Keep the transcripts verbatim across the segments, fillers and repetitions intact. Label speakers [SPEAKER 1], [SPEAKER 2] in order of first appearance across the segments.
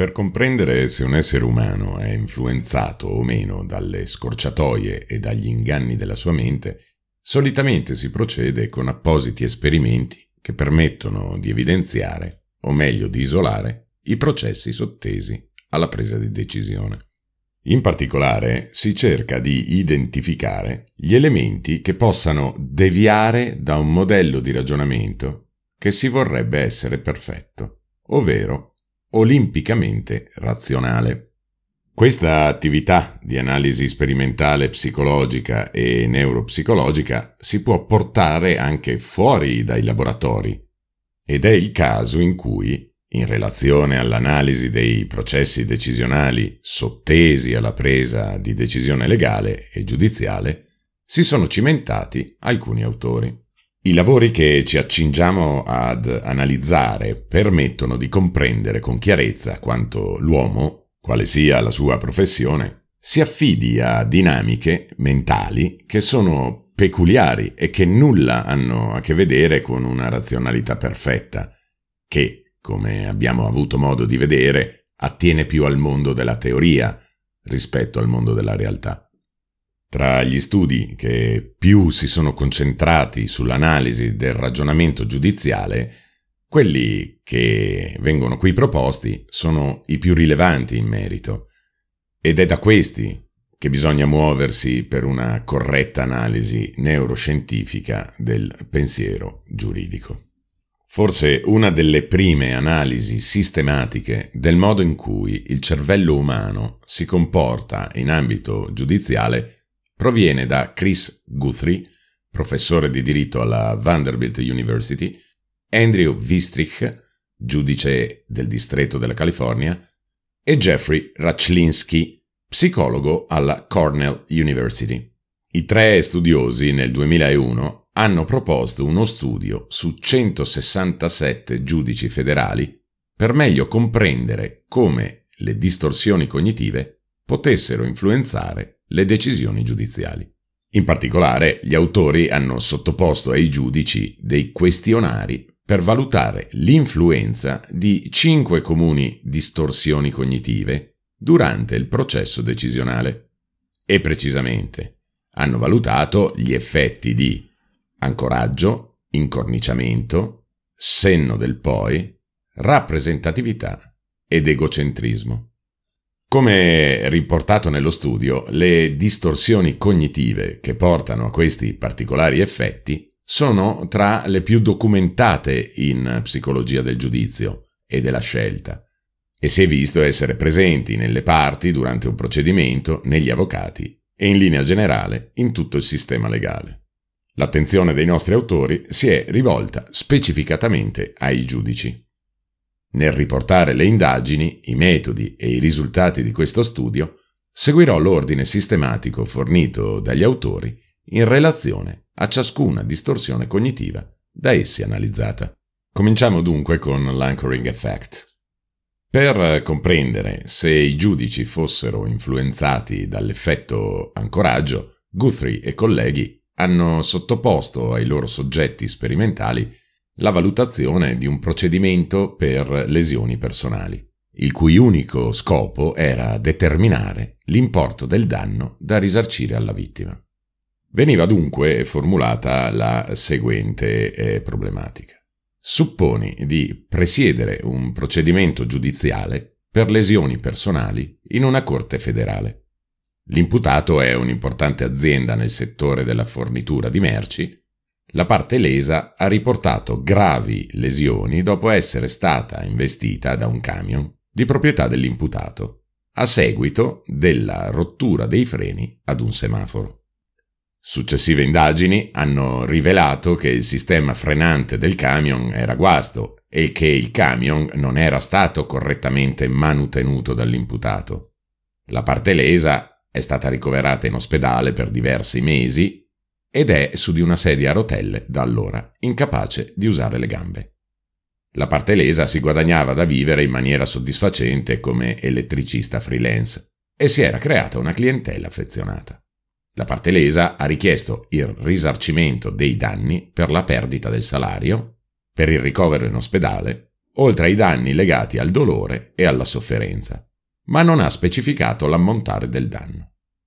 [SPEAKER 1] Per comprendere se un essere umano è influenzato o meno dalle scorciatoie e dagli inganni della sua mente, solitamente si procede con appositi esperimenti che permettono di evidenziare, o meglio di isolare, i processi sottesi alla presa di decisione. In particolare si cerca di identificare gli elementi che possano deviare da un modello di ragionamento che si vorrebbe essere perfetto, ovvero olimpicamente razionale. Questa attività di analisi sperimentale psicologica e neuropsicologica si può portare anche fuori dai laboratori, ed è il caso in cui, in relazione all'analisi dei processi decisionali sottesi alla presa di decisione legale e giudiziale, si sono cimentati alcuni autori. I lavori che ci accingiamo ad analizzare permettono di comprendere con chiarezza quanto l'uomo, quale sia la sua professione, si affidi a dinamiche mentali che sono peculiari e che nulla hanno a che vedere con una razionalità perfetta, che, come abbiamo avuto modo di vedere, attiene più al mondo della teoria rispetto al mondo della realtà. Tra gli studi che più si sono concentrati sull'analisi del ragionamento giudiziale, quelli che vengono qui proposti sono i più rilevanti in merito, ed è da questi che bisogna muoversi per una corretta analisi neuroscientifica del pensiero giuridico. Forse una delle prime analisi sistematiche del modo in cui il cervello umano si comporta in ambito giudiziale proviene da Chris Guthrie, professore di diritto alla Vanderbilt University, Andrew Wistrich, giudice del distretto della California, e Jeffrey Rachlinsky, psicologo alla Cornell University. I tre studiosi nel duemilauno hanno proposto uno studio su centosessantasette giudici federali per meglio comprendere come le distorsioni cognitive potessero influenzare le decisioni giudiziali. In particolare, gli autori hanno sottoposto ai giudici dei questionari per valutare l'influenza di cinque comuni distorsioni cognitive durante il processo decisionale e precisamente hanno valutato gli effetti di ancoraggio, incorniciamento, senno del poi, rappresentatività ed egocentrismo. Come riportato nello studio, le distorsioni cognitive che portano a questi particolari effetti sono tra le più documentate in psicologia del giudizio e della scelta, e si è visto essere presenti nelle parti durante un procedimento, negli avvocati e in linea generale in tutto il sistema legale. L'attenzione dei nostri autori si è rivolta specificatamente ai giudici. Nel riportare le indagini, i metodi e i risultati di questo studio, seguirò l'ordine sistematico fornito dagli autori in relazione a ciascuna distorsione cognitiva da essi analizzata. Cominciamo dunque con l'anchoring effect. Per comprendere se i giudici fossero influenzati dall'effetto ancoraggio, Guthrie e colleghi hanno sottoposto ai loro soggetti sperimentali la valutazione di un procedimento per lesioni personali, il cui unico scopo era determinare l'importo del danno da risarcire alla vittima. Veniva dunque formulata la seguente eh, problematica. Supponi di presiedere un procedimento giudiziale per lesioni personali in una corte federale. L'imputato è un'importante azienda nel settore della fornitura di merci. La parte lesa ha riportato gravi lesioni dopo essere stata investita da un camion di proprietà dell'imputato, a seguito della rottura dei freni ad un semaforo. Successive indagini hanno rivelato che il sistema frenante del camion era guasto e che il camion non era stato correttamente manutenuto dall'imputato. La parte lesa è stata ricoverata in ospedale per diversi mesi ed è su di una sedia a rotelle da allora, incapace di usare le gambe. La parte lesa si guadagnava da vivere in maniera soddisfacente come elettricista freelance e si era creata una clientela affezionata. La parte lesa ha richiesto il risarcimento dei danni per la perdita del salario, per il ricovero in ospedale oltre ai danni legati al dolore e alla sofferenza, ma non ha specificato l'ammontare del danno.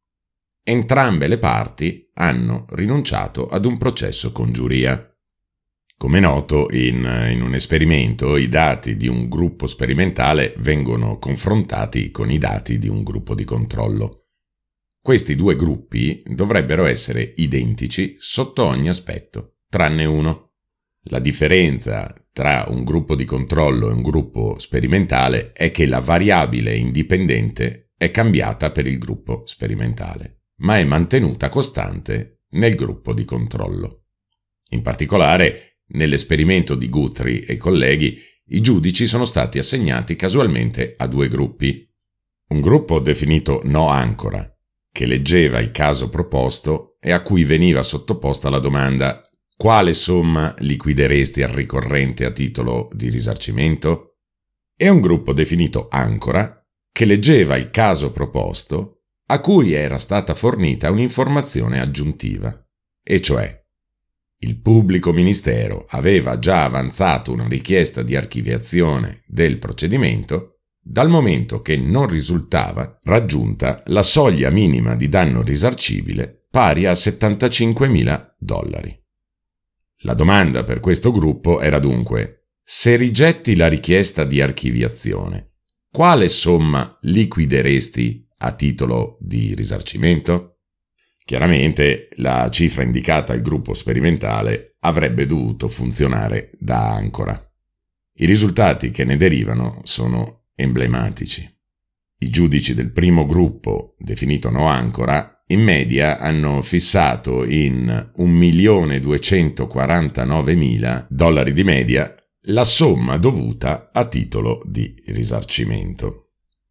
[SPEAKER 1] Entrambe le parti hanno rinunciato ad un processo con giuria. Come noto, in, in un esperimento i dati di un gruppo sperimentale vengono confrontati con i dati di un gruppo di controllo. Questi due gruppi dovrebbero essere identici sotto ogni aspetto, tranne uno. La differenza tra un gruppo di controllo e un gruppo sperimentale è che la variabile indipendente è cambiata per il gruppo sperimentale, ma è mantenuta costante nel gruppo di controllo. In particolare, nell'esperimento di Guthrie e colleghi, i giudici sono stati assegnati casualmente a due gruppi. Un gruppo definito no ancora, che leggeva il caso proposto e a cui veniva sottoposta la domanda: quale somma liquideresti al ricorrente a titolo di risarcimento? E un gruppo definito ancora, che leggeva il caso proposto, a cui era stata fornita un'informazione aggiuntiva, e cioè il pubblico ministero aveva già avanzato una richiesta di archiviazione del procedimento dal momento che non risultava raggiunta la soglia minima di danno risarcibile pari a settantacinquemila dollari. La domanda per questo gruppo era dunque: se rigetti la richiesta di archiviazione, quale somma liquideresti a titolo di risarcimento? Chiaramente la cifra indicata al gruppo sperimentale avrebbe dovuto funzionare da ancora. I risultati che ne derivano sono emblematici. I giudici del primo gruppo, definito no ancora, in media hanno fissato in un milione duecentoquarantanovemila dollari di media la somma dovuta a titolo di risarcimento.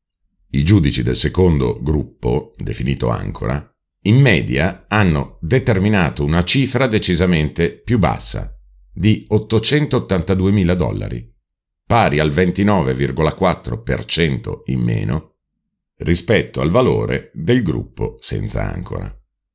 [SPEAKER 1] I giudici del secondo gruppo, definito ancora, in media hanno determinato una cifra decisamente più bassa, di ottocentottantaduemila dollari, pari al ventinove virgola quattro per cento in meno rispetto al valore del gruppo senza ancora.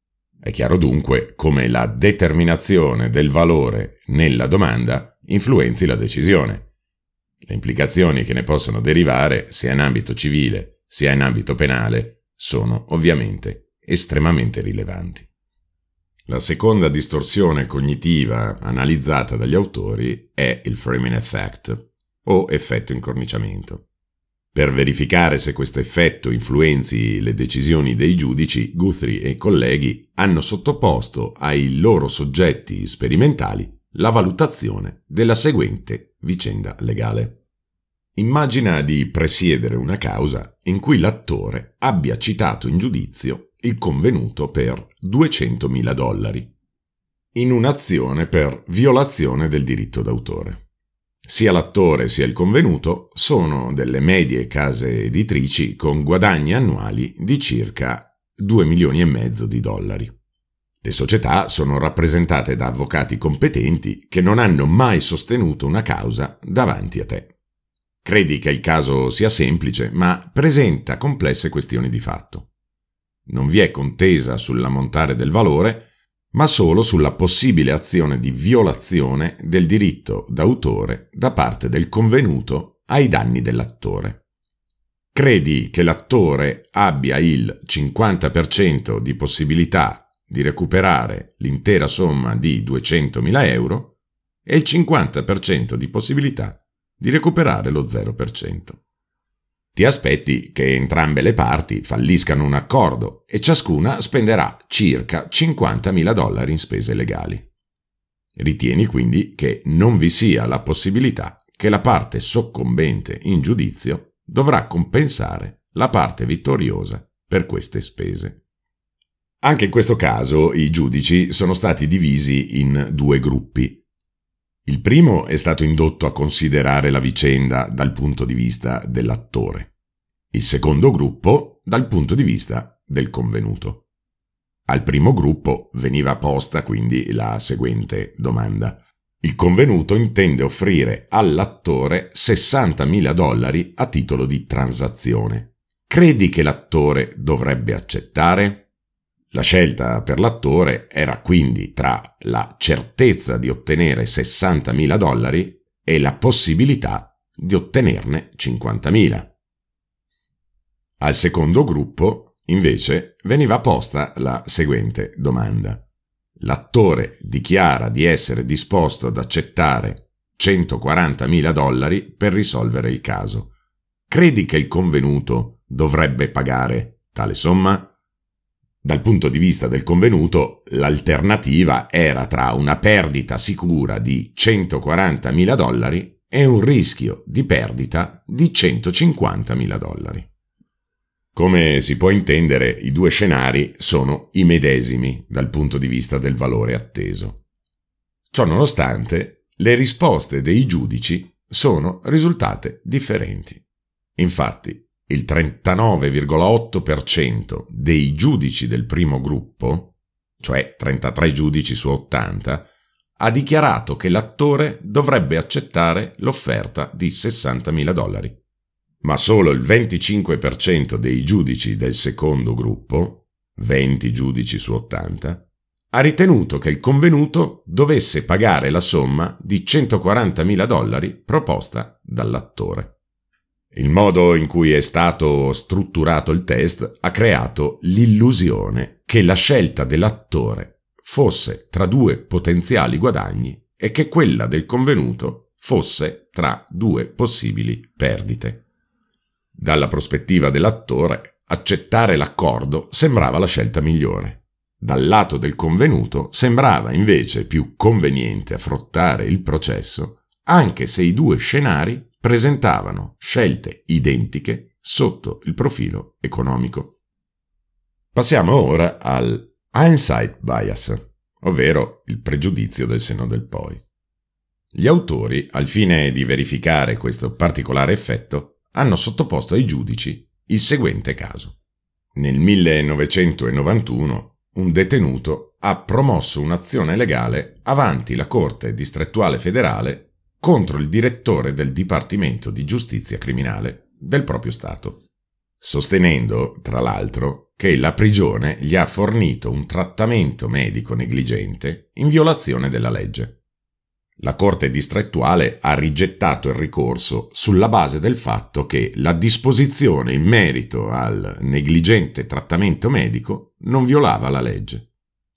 [SPEAKER 1] È chiaro dunque come la determinazione del valore nella domanda influenzi la decisione. Le implicazioni che ne possono derivare, sia in ambito civile sia in ambito penale, sono ovviamente estremamente rilevanti. La seconda distorsione cognitiva analizzata dagli autori è il framing effect, o effetto incorniciamento. Per verificare se questo effetto influenzi le decisioni dei giudici, Guthrie e colleghi hanno sottoposto ai loro soggetti sperimentali la valutazione della seguente vicenda legale. Immagina di presiedere una causa in cui l'attore abbia citato in giudizio il convenuto per duecentomila dollari, in un'azione per violazione del diritto d'autore. Sia l'attore sia il convenuto sono delle medie case editrici con guadagni annuali di circa due milioni e mezzo di dollari. Le società sono rappresentate da avvocati competenti che non hanno mai sostenuto una causa davanti a te. Credi che il caso sia semplice, ma presenta complesse questioni di fatto. Non vi è contesa sull'ammontare del valore, ma solo sulla possibile azione di violazione del diritto d'autore da parte del convenuto ai danni dell'attore. Credi che l'attore abbia il cinquanta per cento di possibilità di recuperare l'intera somma di duecentomila euro e il cinquanta per cento di possibilità di recuperare lo zero per cento. Ti aspetti che entrambe le parti falliscano un accordo e ciascuna spenderà circa cinquantamila dollari in spese legali. Ritieni quindi che non vi sia la possibilità che la parte soccombente in giudizio dovrà compensare la parte vittoriosa per queste spese. Anche in questo caso i giudici sono stati divisi in due gruppi. Il primo è stato indotto a considerare la vicenda dal punto di vista dell'attore. Il secondo gruppo dal punto di vista del convenuto. Al primo gruppo veniva posta quindi la seguente domanda. Il convenuto intende offrire all'attore sessantamila dollari a titolo di transazione. Credi che l'attore dovrebbe accettare? La scelta per l'attore era quindi tra la certezza di ottenere sessantamila dollari e la possibilità di ottenerne cinquantamila. Al secondo gruppo, invece, veniva posta la seguente domanda. L'attore dichiara di essere disposto ad accettare centoquarantamila dollari per risolvere il caso. Credi che il convenuto dovrebbe pagare tale somma? Dal punto di vista del convenuto, l'alternativa era tra una perdita sicura di centoquarantamila dollari e un rischio di perdita di centocinquantamila dollari. Come si può intendere, i due scenari sono i medesimi dal punto di vista del valore atteso. Ciò nonostante, le risposte dei giudici sono risultate differenti. Infatti, il trentanove virgola otto per cento dei giudici del primo gruppo, cioè trentatré giudici su ottanta, ha dichiarato che l'attore dovrebbe accettare l'offerta di sessantamila dollari. Ma solo il venticinque per cento dei giudici del secondo gruppo, venti giudici su ottanta, ha ritenuto che il convenuto dovesse pagare la somma di centoquarantamila dollari proposta dall'attore. Il modo in cui è stato strutturato il test ha creato l'illusione che la scelta dell'attore fosse tra due potenziali guadagni e che quella del convenuto fosse tra due possibili perdite. Dalla prospettiva dell'attore, accettare l'accordo sembrava la scelta migliore. Dal lato del convenuto sembrava invece più conveniente affrontare il processo, anche se i due scenari presentavano scelte identiche sotto il profilo economico. Passiamo ora al hindsight bias, ovvero il pregiudizio del senno del poi. Gli autori, al fine di verificare questo particolare effetto, hanno sottoposto ai giudici il seguente caso. Nel millenovecentonovantuno un detenuto ha promosso un'azione legale avanti la Corte distrettuale federale contro il direttore del Dipartimento di Giustizia Criminale del proprio Stato, sostenendo, tra l'altro, che la prigione gli ha fornito un trattamento medico negligente in violazione della legge. La Corte distrettuale ha rigettato il ricorso sulla base del fatto che la disposizione in merito al negligente trattamento medico non violava la legge.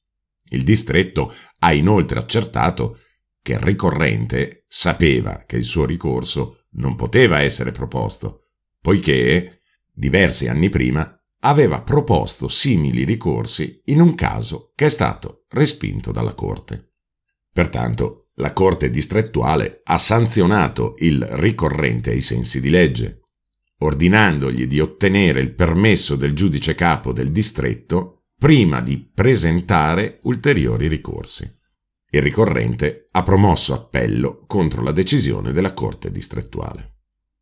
[SPEAKER 1] Il distretto ha inoltre accertato che il ricorrente sapeva che il suo ricorso non poteva essere proposto, poiché, diversi anni prima, aveva proposto simili ricorsi in un caso che è stato respinto dalla Corte. Pertanto, la Corte distrettuale ha sanzionato il ricorrente ai sensi di legge, ordinandogli di ottenere il permesso del giudice capo del distretto prima di presentare ulteriori ricorsi. Il ricorrente ha promosso appello contro la decisione della Corte distrettuale.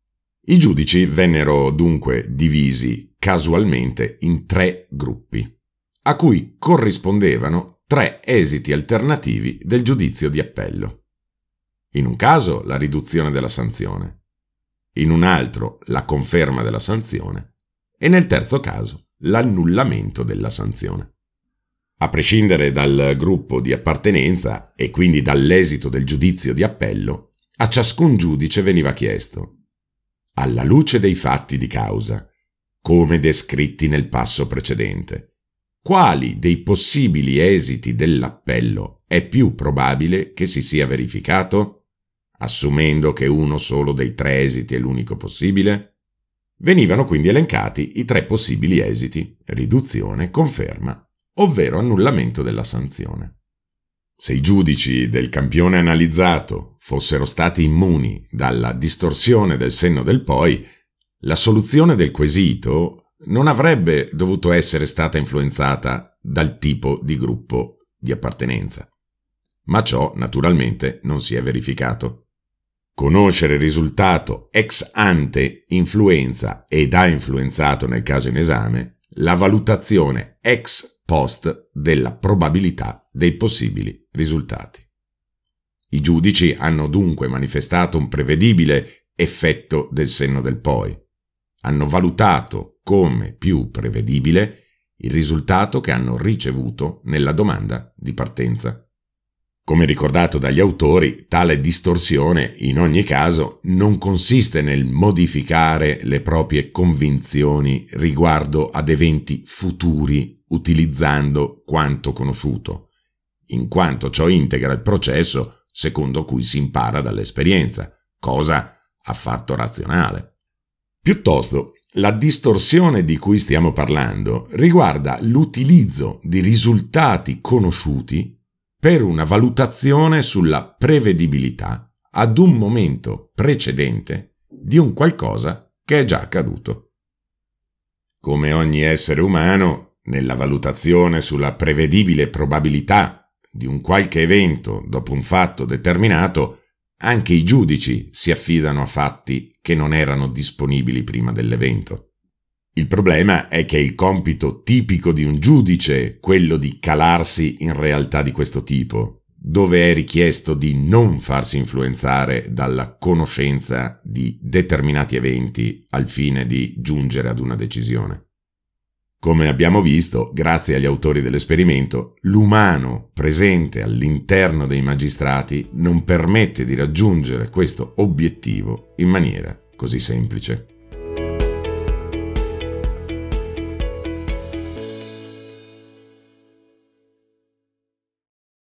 [SPEAKER 1] I giudici vennero dunque divisi casualmente in tre gruppi, a cui corrispondevano tre esiti alternativi del giudizio di appello. In un caso la riduzione della sanzione, in un altro la conferma della sanzione e nel terzo caso l'annullamento della sanzione. A prescindere dal gruppo di appartenenza e quindi dall'esito del giudizio di appello, a ciascun giudice veniva chiesto, alla luce dei fatti di causa, come descritti nel passo precedente, quali dei possibili esiti dell'appello è più probabile che si sia verificato, assumendo che uno solo dei tre esiti è l'unico possibile? Venivano quindi elencati i tre possibili esiti, riduzione, conferma, ovvero annullamento della sanzione. Se i giudici del campione analizzato fossero stati immuni dalla distorsione del senno del poi, la soluzione del quesito non avrebbe dovuto essere stata influenzata dal tipo di gruppo di appartenenza. Ma ciò naturalmente non si è verificato. Conoscere il risultato ex ante influenza ed ha influenzato nel caso in esame la valutazione ex post della probabilità dei possibili risultati. I giudici hanno dunque manifestato un prevedibile effetto del senno del poi. Hanno valutato come più prevedibile il risultato che hanno ricevuto nella domanda di partenza. Come ricordato dagli autori, tale distorsione, in ogni caso, non consiste nel modificare le proprie convinzioni riguardo ad eventi futuri utilizzando quanto conosciuto, in quanto ciò integra il processo secondo cui si impara dall'esperienza, cosa affatto razionale. Piuttosto, la distorsione di cui stiamo parlando riguarda l'utilizzo di risultati conosciuti per una valutazione sulla prevedibilità ad un momento precedente di un qualcosa che è già accaduto. Come ogni essere umano, nella valutazione sulla prevedibile probabilità di un qualche evento dopo un fatto determinato, anche i giudici si affidano a fatti che non erano disponibili prima dell'evento. Il problema è che il compito tipico di un giudice, quello di calarsi in realtà di questo tipo, dove è richiesto di non farsi influenzare dalla conoscenza di determinati eventi al fine di giungere ad una decisione. Come abbiamo visto, grazie agli autori dell'esperimento, l'umano presente all'interno dei magistrati non permette di raggiungere questo obiettivo in maniera così semplice.